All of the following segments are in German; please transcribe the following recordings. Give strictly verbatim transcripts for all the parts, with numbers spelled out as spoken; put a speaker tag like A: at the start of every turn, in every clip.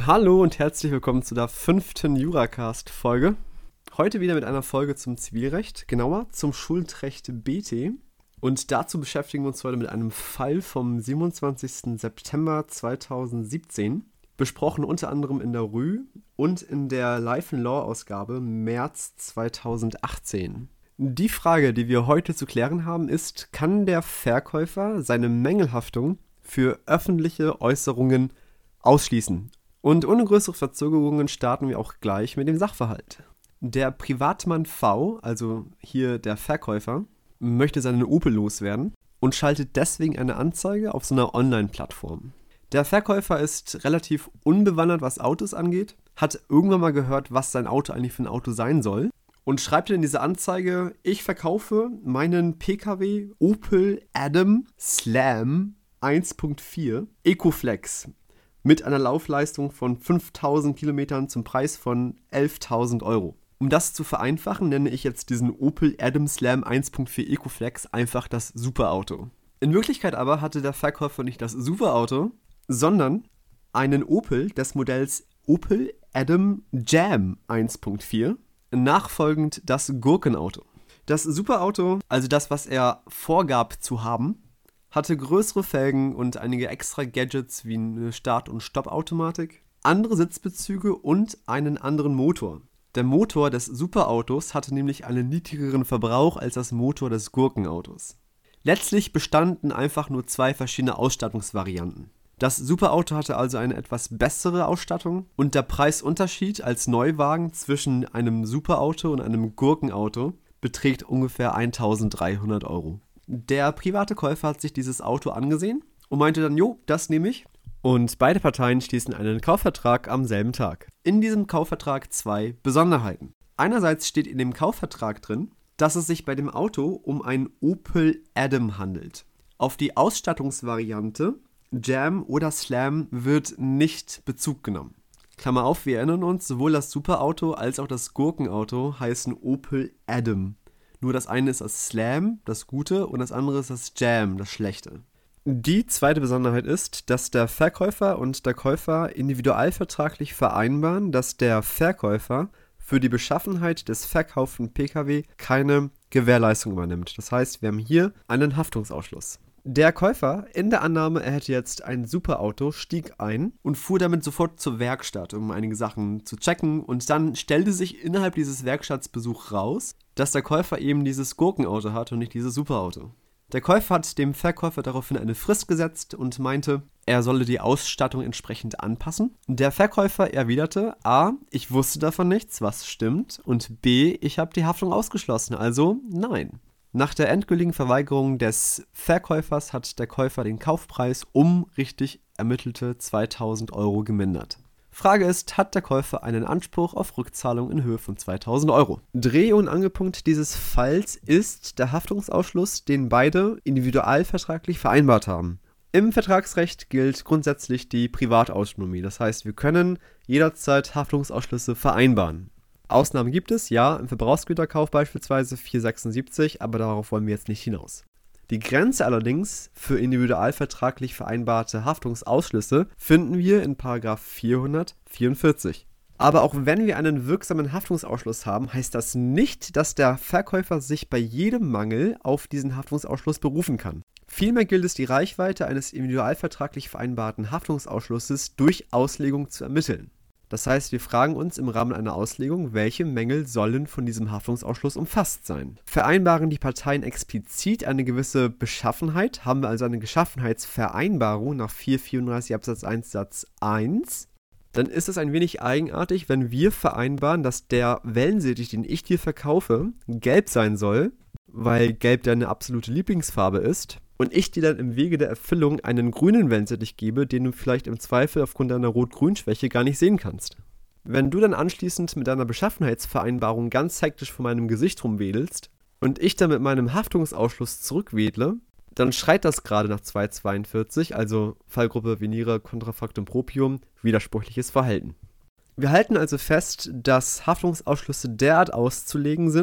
A: Hallo und herzlich willkommen zu der fünften Juracast-Folge. Heute wieder mit einer Folge zum Zivilrecht, genauer zum Schuldrecht B T. Und dazu beschäftigen wir uns heute mit einem Fall vom siebenundzwanzigsten September zweitausendsiebzehn, besprochen unter anderem in der Rü und in der Life and Law-Ausgabe März zweitausendachtzehn. Die Frage, die wir heute zu klären haben, ist, kann der Verkäufer seine Mängelhaftung für öffentliche Äußerungen ausschließen? Und ohne größere Verzögerungen starten wir auch gleich mit dem Sachverhalt. Der Privatmann V, also hier der Verkäufer, möchte seinen Opel loswerden und schaltet deswegen eine Anzeige auf so einer Online-Plattform. Der Verkäufer ist relativ unbewandert, was Autos angeht, hat irgendwann mal gehört, was sein Auto eigentlich für ein Auto sein soll und schreibt in diese Anzeige: Ich verkaufe meinen P K W Opel Adam Slam eins Punkt vier Ecoflex mit einer Laufleistung von fünftausend Kilometern zum Preis von elftausend Euro. Um das zu vereinfachen, nenne ich jetzt diesen Opel Adam Slam eins Punkt vier Ecoflex einfach das Superauto. In Wirklichkeit aber hatte der Verkäufer nicht das Superauto, sondern einen Opel des Modells Opel Adam Jam eins Punkt vier, nachfolgend das Gurkenauto. Das Superauto, also das, was er vorgab zu haben, hatte größere Felgen und einige extra Gadgets wie eine Start- und Stoppautomatik, andere Sitzbezüge und einen anderen Motor. Der Motor des Superautos hatte nämlich einen niedrigeren Verbrauch als das Motor des Gurkenautos. Letztlich bestanden einfach nur zwei verschiedene Ausstattungsvarianten. Das Superauto hatte also eine etwas bessere Ausstattung und der Preisunterschied als Neuwagen zwischen einem Superauto und einem Gurkenauto beträgt ungefähr eintausenddreihundert Euro. Der private Käufer hat sich dieses Auto angesehen und meinte dann, jo, das nehme ich. Und beide Parteien schließen einen Kaufvertrag am selben Tag. In diesem Kaufvertrag zwei Besonderheiten. Einerseits steht in dem Kaufvertrag drin, dass es sich bei dem Auto um ein Opel Adam handelt. Auf die Ausstattungsvariante Jam oder Slam wird nicht Bezug genommen. Klammer auf, wir erinnern uns, sowohl das Superauto als auch das Gurkenauto heißen Opel Adam. Nur das eine ist das Slam, das Gute, und das andere ist das Jam, das Schlechte. Die zweite Besonderheit ist, dass der Verkäufer und der Käufer individualvertraglich vereinbaren, dass der Verkäufer für die Beschaffenheit des verkauften P K W keine Gewährleistung übernimmt. Das heißt, wir haben hier einen Haftungsausschluss. Der Käufer, in der Annahme, er hätte jetzt ein Superauto, stieg ein und fuhr damit sofort zur Werkstatt, um einige Sachen zu checken. Und dann stellte sich innerhalb dieses Werkstattsbesuchs raus, dass der Käufer eben dieses Gurkenauto hat und nicht dieses Superauto. Der Käufer hat dem Verkäufer daraufhin eine Frist gesetzt und meinte, er solle die Ausstattung entsprechend anpassen. Der Verkäufer erwiderte: A, ich wusste davon nichts, was stimmt, und B, ich habe die Haftung ausgeschlossen, also nein. Nach der endgültigen Verweigerung des Verkäufers hat der Käufer den Kaufpreis um richtig ermittelte zweitausend Euro gemindert. Frage ist, hat der Käufer einen Anspruch auf Rückzahlung in Höhe von zweitausend Euro? Dreh- und Angelpunkt dieses Falls ist der Haftungsausschluss, den beide individualvertraglich vereinbart haben. Im Vertragsrecht gilt grundsätzlich die Privatautonomie, das heißt, wir können jederzeit Haftungsausschlüsse vereinbaren. Ausnahmen gibt es, ja, im Verbrauchsgüterkauf beispielsweise vierhundertsechsundsiebzig, aber darauf wollen wir jetzt nicht hinaus. Die Grenze allerdings für individualvertraglich vereinbarte Haftungsausschlüsse finden wir in Paragraph vierhundertvierundvierzig. Aber auch wenn wir einen wirksamen Haftungsausschluss haben, heißt das nicht, dass der Verkäufer sich bei jedem Mangel auf diesen Haftungsausschluss berufen kann. Vielmehr gilt es, die Reichweite eines individualvertraglich vereinbarten Haftungsausschlusses durch Auslegung zu ermitteln. Das heißt, wir fragen uns im Rahmen einer Auslegung, welche Mängel sollen von diesem Haftungsausschluss umfasst sein. Vereinbaren die Parteien explizit eine gewisse Beschaffenheit, haben wir also eine Beschaffenheitsvereinbarung nach vierhundertvierunddreißig Absatz eins Satz eins, dann ist es ein wenig eigenartig, wenn wir vereinbaren, dass der Wellensittich, den ich dir verkaufe, gelb sein soll, weil gelb deine absolute Lieblingsfarbe ist, und ich dir dann im Wege der Erfüllung einen grünen Wellensittich gebe, den du vielleicht im Zweifel aufgrund deiner Rot-Grün-Schwäche gar nicht sehen kannst. Wenn du dann anschließend mit deiner Beschaffenheitsvereinbarung ganz hektisch vor meinem Gesicht rumwedelst und ich dann mit meinem Haftungsausschluss zurückwedle, dann schreit das gerade nach zweihundertzweiundvierzig, also Fallgruppe Venire Contrafactum Proprium, widersprüchliches Verhalten. Wir halten also fest, dass Haftungsausschlüsse derart auszulegen sind,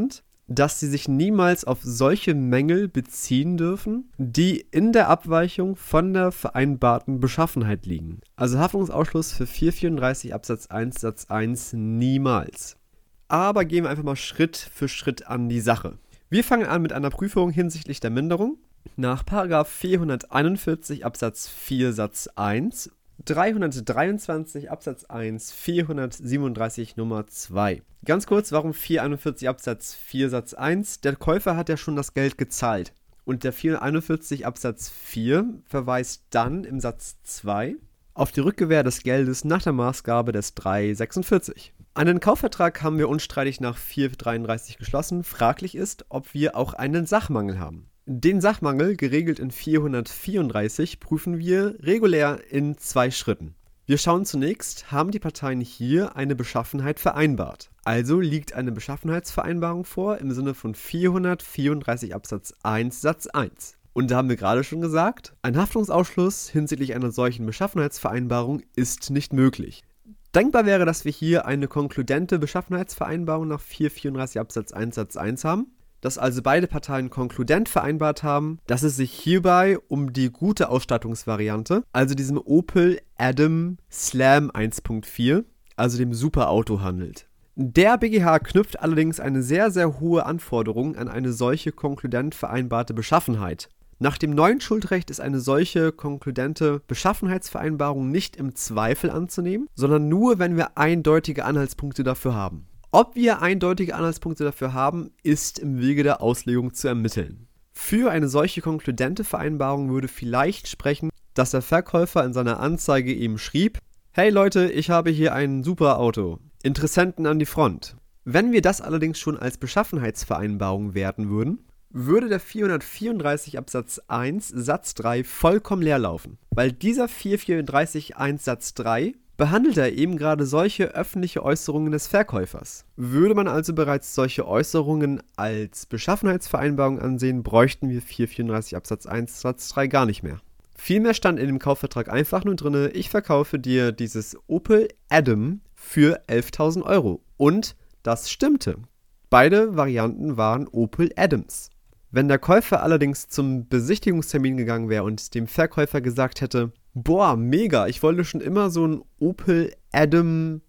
A: dass sie sich niemals auf solche Mängel beziehen dürfen, die in der Abweichung von der vereinbarten Beschaffenheit liegen. Also Haftungsausschluss für vierhundertvierunddreißig Absatz eins Satz eins niemals. Aber gehen wir einfach mal Schritt für Schritt an die Sache. Wir fangen an mit einer Prüfung hinsichtlich der Minderung. Nach Paragraph vierhunderteinundvierzig Absatz vier Satz eins, dreihundertdreiundzwanzig Absatz eins, vierhundertsiebenunddreißig Nummer zwei. Ganz kurz, warum vierhunderteinundvierzig Absatz vier Satz eins? Der Käufer hat ja schon das Geld gezahlt. Und der vierhunderteinundvierzig Absatz vier verweist dann im Satz zwei auf die Rückgewähr des Geldes nach der Maßgabe des dreihundertsechsundvierzig. Einen Kaufvertrag haben wir unstreitig nach vierhundertdreiunddreißig geschlossen. Fraglich ist, ob wir auch einen Sachmangel haben. Den Sachmangel, geregelt in vierhundertvierunddreißig, prüfen wir regulär in zwei Schritten. Wir schauen zunächst, haben die Parteien hier eine Beschaffenheit vereinbart? Also liegt eine Beschaffenheitsvereinbarung vor im Sinne von vierhundertvierunddreißig Absatz eins Satz eins. Und da haben wir gerade schon gesagt, ein Haftungsausschluss hinsichtlich einer solchen Beschaffenheitsvereinbarung ist nicht möglich. Denkbar wäre, dass wir hier eine konkludente Beschaffenheitsvereinbarung nach vierhundertvierunddreißig Absatz eins Satz eins haben, dass also beide Parteien konkludent vereinbart haben, dass es sich hierbei um die gute Ausstattungsvariante, also diesem Opel Adam Slam eins Punkt vier, also dem Superauto handelt. Der B G H knüpft allerdings eine sehr, sehr hohe Anforderung an eine solche konkludent vereinbarte Beschaffenheit. Nach dem neuen Schuldrecht ist eine solche konkludente Beschaffenheitsvereinbarung nicht im Zweifel anzunehmen, sondern nur, wenn wir eindeutige Anhaltspunkte dafür haben. Ob wir eindeutige Anhaltspunkte dafür haben, ist im Wege der Auslegung zu ermitteln. Für eine solche konkludente Vereinbarung würde vielleicht sprechen, dass der Verkäufer in seiner Anzeige eben schrieb: Hey Leute, ich habe hier ein super Auto. Interessenten an die Front. Wenn wir das allerdings schon als Beschaffenheitsvereinbarung werten würden, würde der vierhundertvierunddreißig Absatz eins Satz drei vollkommen leer laufen. Weil dieser vierhundertvierunddreißig eins Satz drei behandelt er eben gerade solche öffentliche Äußerungen des Verkäufers. Würde man also bereits solche Äußerungen als Beschaffenheitsvereinbarung ansehen, bräuchten wir vierhundertvierunddreißig Absatz eins Satz drei gar nicht mehr. Vielmehr stand in dem Kaufvertrag einfach nur drin: Ich verkaufe dir dieses Opel Adam für elftausend Euro. Und das stimmte. Beide Varianten waren Opel Adams. Wenn der Käufer allerdings zum Besichtigungstermin gegangen wäre und dem Verkäufer gesagt hätte: Boah, mega, ich wollte schon immer so ein Opel Adam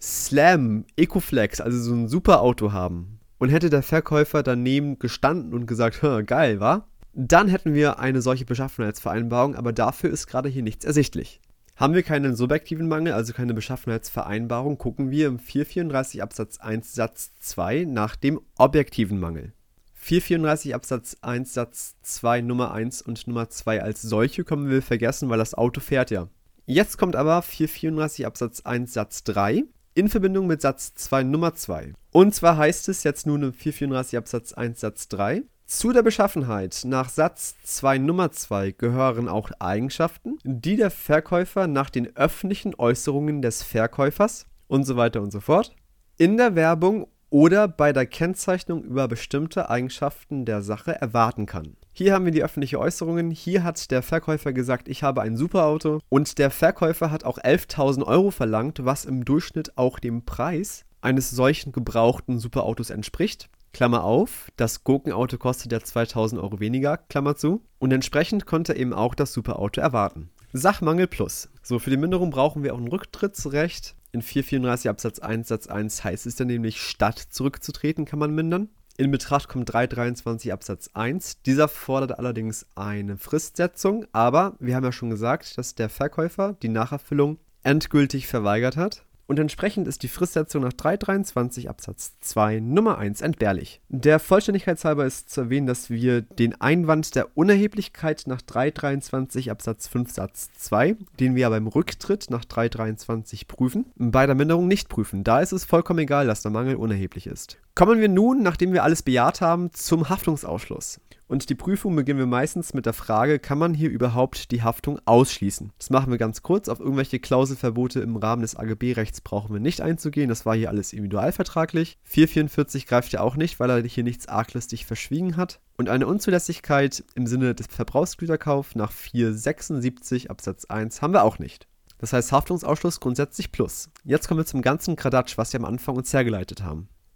A: Slam Ecoflex, also so ein Superauto haben, und hätte der Verkäufer daneben gestanden und gesagt: geil, wa? Dann hätten wir eine solche Beschaffenheitsvereinbarung, aber dafür ist gerade hier nichts ersichtlich. Haben wir keinen subjektiven Mangel, also keine Beschaffenheitsvereinbarung, gucken wir im vierhundertvierunddreißig Absatz eins Satz zwei nach dem objektiven Mangel. vierhundertvierunddreißig Absatz eins Satz zwei Nummer eins und Nummer zwei als solche können wir vergessen, weil das Auto fährt ja. Jetzt kommt aber vierhundertvierunddreißig Absatz eins Satz drei in Verbindung mit Satz zwei Nummer zwei. Und zwar heißt es jetzt nun im vierhundertvierunddreißig Absatz eins Satz drei: Zu der Beschaffenheit nach Satz zwei Nummer zwei gehören auch Eigenschaften, die der Verkäufer nach den öffentlichen Äußerungen des Verkäufers und so weiter und so fort in der Werbung oder bei der Kennzeichnung über bestimmte Eigenschaften der Sache erwarten kann. Hier haben wir die öffentlichen Äußerungen. Hier hat der Verkäufer gesagt: Ich habe ein Superauto. Und der Verkäufer hat auch elftausend Euro verlangt, was im Durchschnitt auch dem Preis eines solchen gebrauchten Superautos entspricht. Klammer auf, das Gurkenauto kostet ja zweitausend Euro weniger, Klammer zu. Und entsprechend konnte er eben auch das Superauto erwarten. Sachmangel plus. So, für die Minderung brauchen wir auch ein Rücktrittsrecht. In vierhundertvierunddreißig Absatz eins Satz eins heißt es dann nämlich, statt zurückzutreten kann man mindern. In Betracht kommt dreihundertdreiundzwanzig Absatz eins. Dieser fordert allerdings eine Fristsetzung, aber wir haben ja schon gesagt, dass der Verkäufer die Nacherfüllung endgültig verweigert hat. Und entsprechend ist die Fristsetzung nach dreihundertdreiundzwanzig Absatz zwei Nummer eins entbehrlich. Der Vollständigkeit halber ist zu erwähnen, dass wir den Einwand der Unerheblichkeit nach dreihundertdreiundzwanzig Absatz fünf Satz zwei, den wir beim Rücktritt nach dreihundertdreiundzwanzig prüfen, bei der Minderung nicht prüfen. Da ist es vollkommen egal, dass der Mangel unerheblich ist. Kommen wir nun, nachdem wir alles bejaht haben, zum Haftungsausschluss. Und die Prüfung beginnen wir meistens mit der Frage: Kann man hier überhaupt die Haftung ausschließen? Das machen wir ganz kurz. Auf irgendwelche Klauselverbote im Rahmen des A G B-Rechts brauchen wir nicht einzugehen. Das war hier alles individualvertraglich. vierhundertvierundvierzig greift ja auch nicht, weil er hier nichts arglistig verschwiegen hat. Und eine Unzulässigkeit im Sinne des Verbrauchsgüterkaufs nach vierhundertsechsundsiebzig Absatz eins haben wir auch nicht. Das heißt Haftungsausschluss grundsätzlich plus. Jetzt kommen wir zum ganzen Kradatsch, was wir am Anfang uns hergeleitet haben.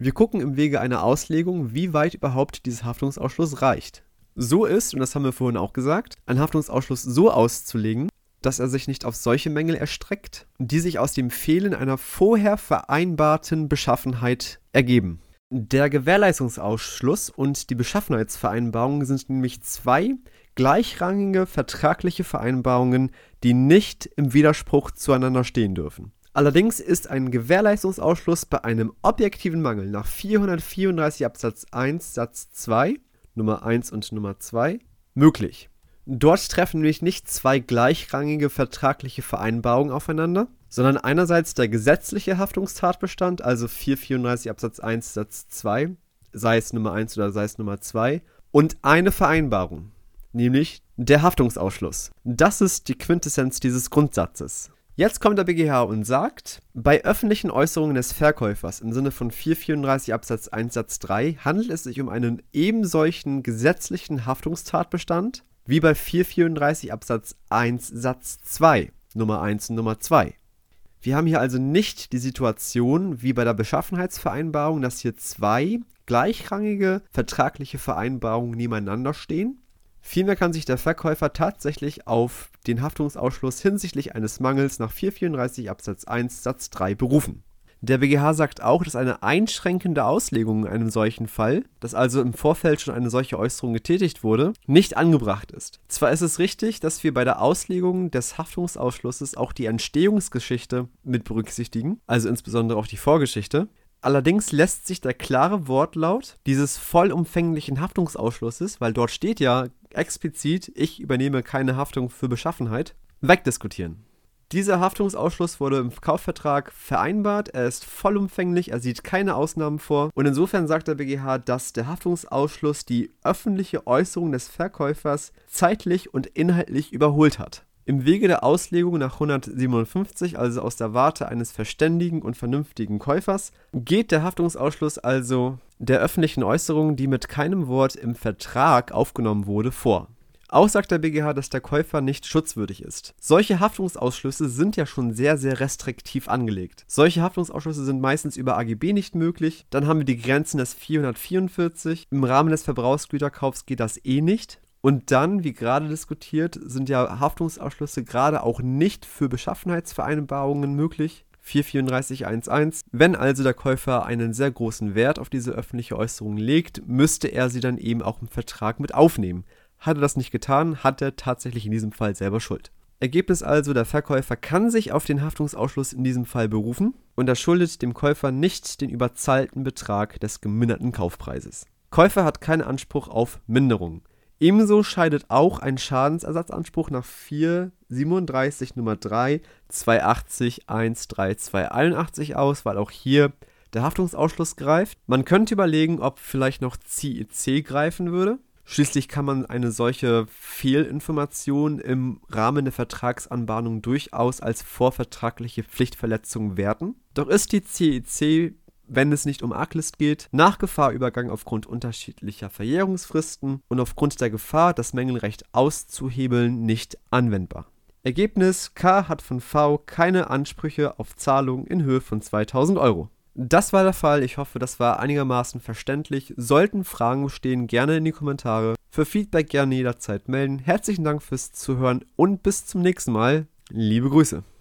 A: Wir gucken im Wege einer Auslegung, wie weit überhaupt dieser Haftungsausschluss reicht. So ist, und das haben wir vorhin auch gesagt, ein Haftungsausschluss so auszulegen, dass er sich nicht auf solche Mängel erstreckt, die sich aus dem Fehlen einer vorher vereinbarten Beschaffenheit ergeben. Der Gewährleistungsausschluss und die Beschaffenheitsvereinbarung sind nämlich zwei gleichrangige vertragliche Vereinbarungen, die nicht im Widerspruch zueinander stehen dürfen. Allerdings ist ein Gewährleistungsausschluss bei einem objektiven Mangel nach vierhundertvierunddreißig Absatz eins Satz zwei, Nummer eins und Nummer zwei, möglich. Dort treffen nämlich nicht zwei gleichrangige vertragliche Vereinbarungen aufeinander, sondern einerseits der gesetzliche Haftungstatbestand, also vierhundertvierunddreißig Absatz eins Satz zwei, sei es Nummer eins oder sei es Nummer zwei, und eine Vereinbarung, nämlich der Haftungsausschluss. Das ist die Quintessenz dieses Grundsatzes. Jetzt kommt der B G H und sagt, bei öffentlichen Äußerungen des Verkäufers im Sinne von vierhundertvierunddreißig Absatz eins Satz drei handelt es sich um einen ebensolchen gesetzlichen Haftungstatbestand wie bei vierhundertvierunddreißig Absatz eins Satz zwei, Nummer eins und Nummer zwei. Wir haben hier also nicht die Situation wie bei der Beschaffenheitsvereinbarung, dass hier zwei gleichrangige vertragliche Vereinbarungen nebeneinander stehen. Vielmehr kann sich der Verkäufer tatsächlich auf den Haftungsausschluss hinsichtlich eines Mangels nach vierhundertvierunddreißig Absatz eins Satz drei berufen. Der B G H sagt auch, dass eine einschränkende Auslegung in einem solchen Fall, dass also im Vorfeld schon eine solche Äußerung getätigt wurde, nicht angebracht ist. Zwar ist es richtig, dass wir bei der Auslegung des Haftungsausschlusses auch die Entstehungsgeschichte mit berücksichtigen, also insbesondere auch die Vorgeschichte. Allerdings lässt sich der klare Wortlaut dieses vollumfänglichen Haftungsausschlusses, weil dort steht ja explizit, ich übernehme keine Haftung für Beschaffenheit, wegdiskutieren. Dieser Haftungsausschluss wurde im Kaufvertrag vereinbart, er ist vollumfänglich, er sieht keine Ausnahmen vor und insofern sagt der B G H, dass der Haftungsausschluss die öffentliche Äußerung des Verkäufers zeitlich und inhaltlich überholt hat. Im Wege der Auslegung nach hundertsiebenundfünfzig, also aus der Warte eines verständigen und vernünftigen Käufers, geht der Haftungsausschluss also der öffentlichen Äußerung, die mit keinem Wort im Vertrag aufgenommen wurde, vor. Auch sagt der B G H, dass der Käufer nicht schutzwürdig ist. Solche Haftungsausschlüsse sind ja schon sehr, sehr restriktiv angelegt. Solche Haftungsausschlüsse sind meistens über A G B nicht möglich. Dann haben wir die Grenzen des vierhundertvierundvierzig. Im Rahmen des Verbrauchsgüterkaufs geht das eh nicht. Und dann, wie gerade diskutiert, sind ja Haftungsausschlüsse gerade auch nicht für Beschaffenheitsvereinbarungen möglich. vierhundertvierunddreißig Absatz eins. Wenn also der Käufer einen sehr großen Wert auf diese öffentliche Äußerung legt, müsste er sie dann eben auch im Vertrag mit aufnehmen. Hat er das nicht getan, hat er tatsächlich in diesem Fall selber Schuld. Ergebnis also, der Verkäufer kann sich auf den Haftungsausschluss in diesem Fall berufen und er schuldet dem Käufer nicht den überzahlten Betrag des geminderten Kaufpreises. Käufer hat keinen Anspruch auf Minderung. Ebenso scheidet auch ein Schadensersatzanspruch nach vierhundertsiebenunddreißig Nummer drei zweihundertachtzig Absatz eins drei einundachtzig aus, weil auch hier der Haftungsausschluss greift. Man könnte überlegen, ob vielleicht noch C I C greifen würde. Schließlich kann man eine solche Fehlinformation im Rahmen der Vertragsanbahnung durchaus als vorvertragliche Pflichtverletzung werten. Doch ist die C I C, wenn es nicht um Arglist geht, nach Gefahrübergang aufgrund unterschiedlicher Verjährungsfristen und aufgrund der Gefahr, das Mängelrecht auszuhebeln, nicht anwendbar. Ergebnis: K hat von V keine Ansprüche auf Zahlung in Höhe von zweitausend Euro. Das war der Fall. Ich hoffe, das war einigermaßen verständlich. Sollten Fragen bestehen, gerne in die Kommentare. Für Feedback gerne jederzeit melden. Herzlichen Dank fürs Zuhören und bis zum nächsten Mal. Liebe Grüße.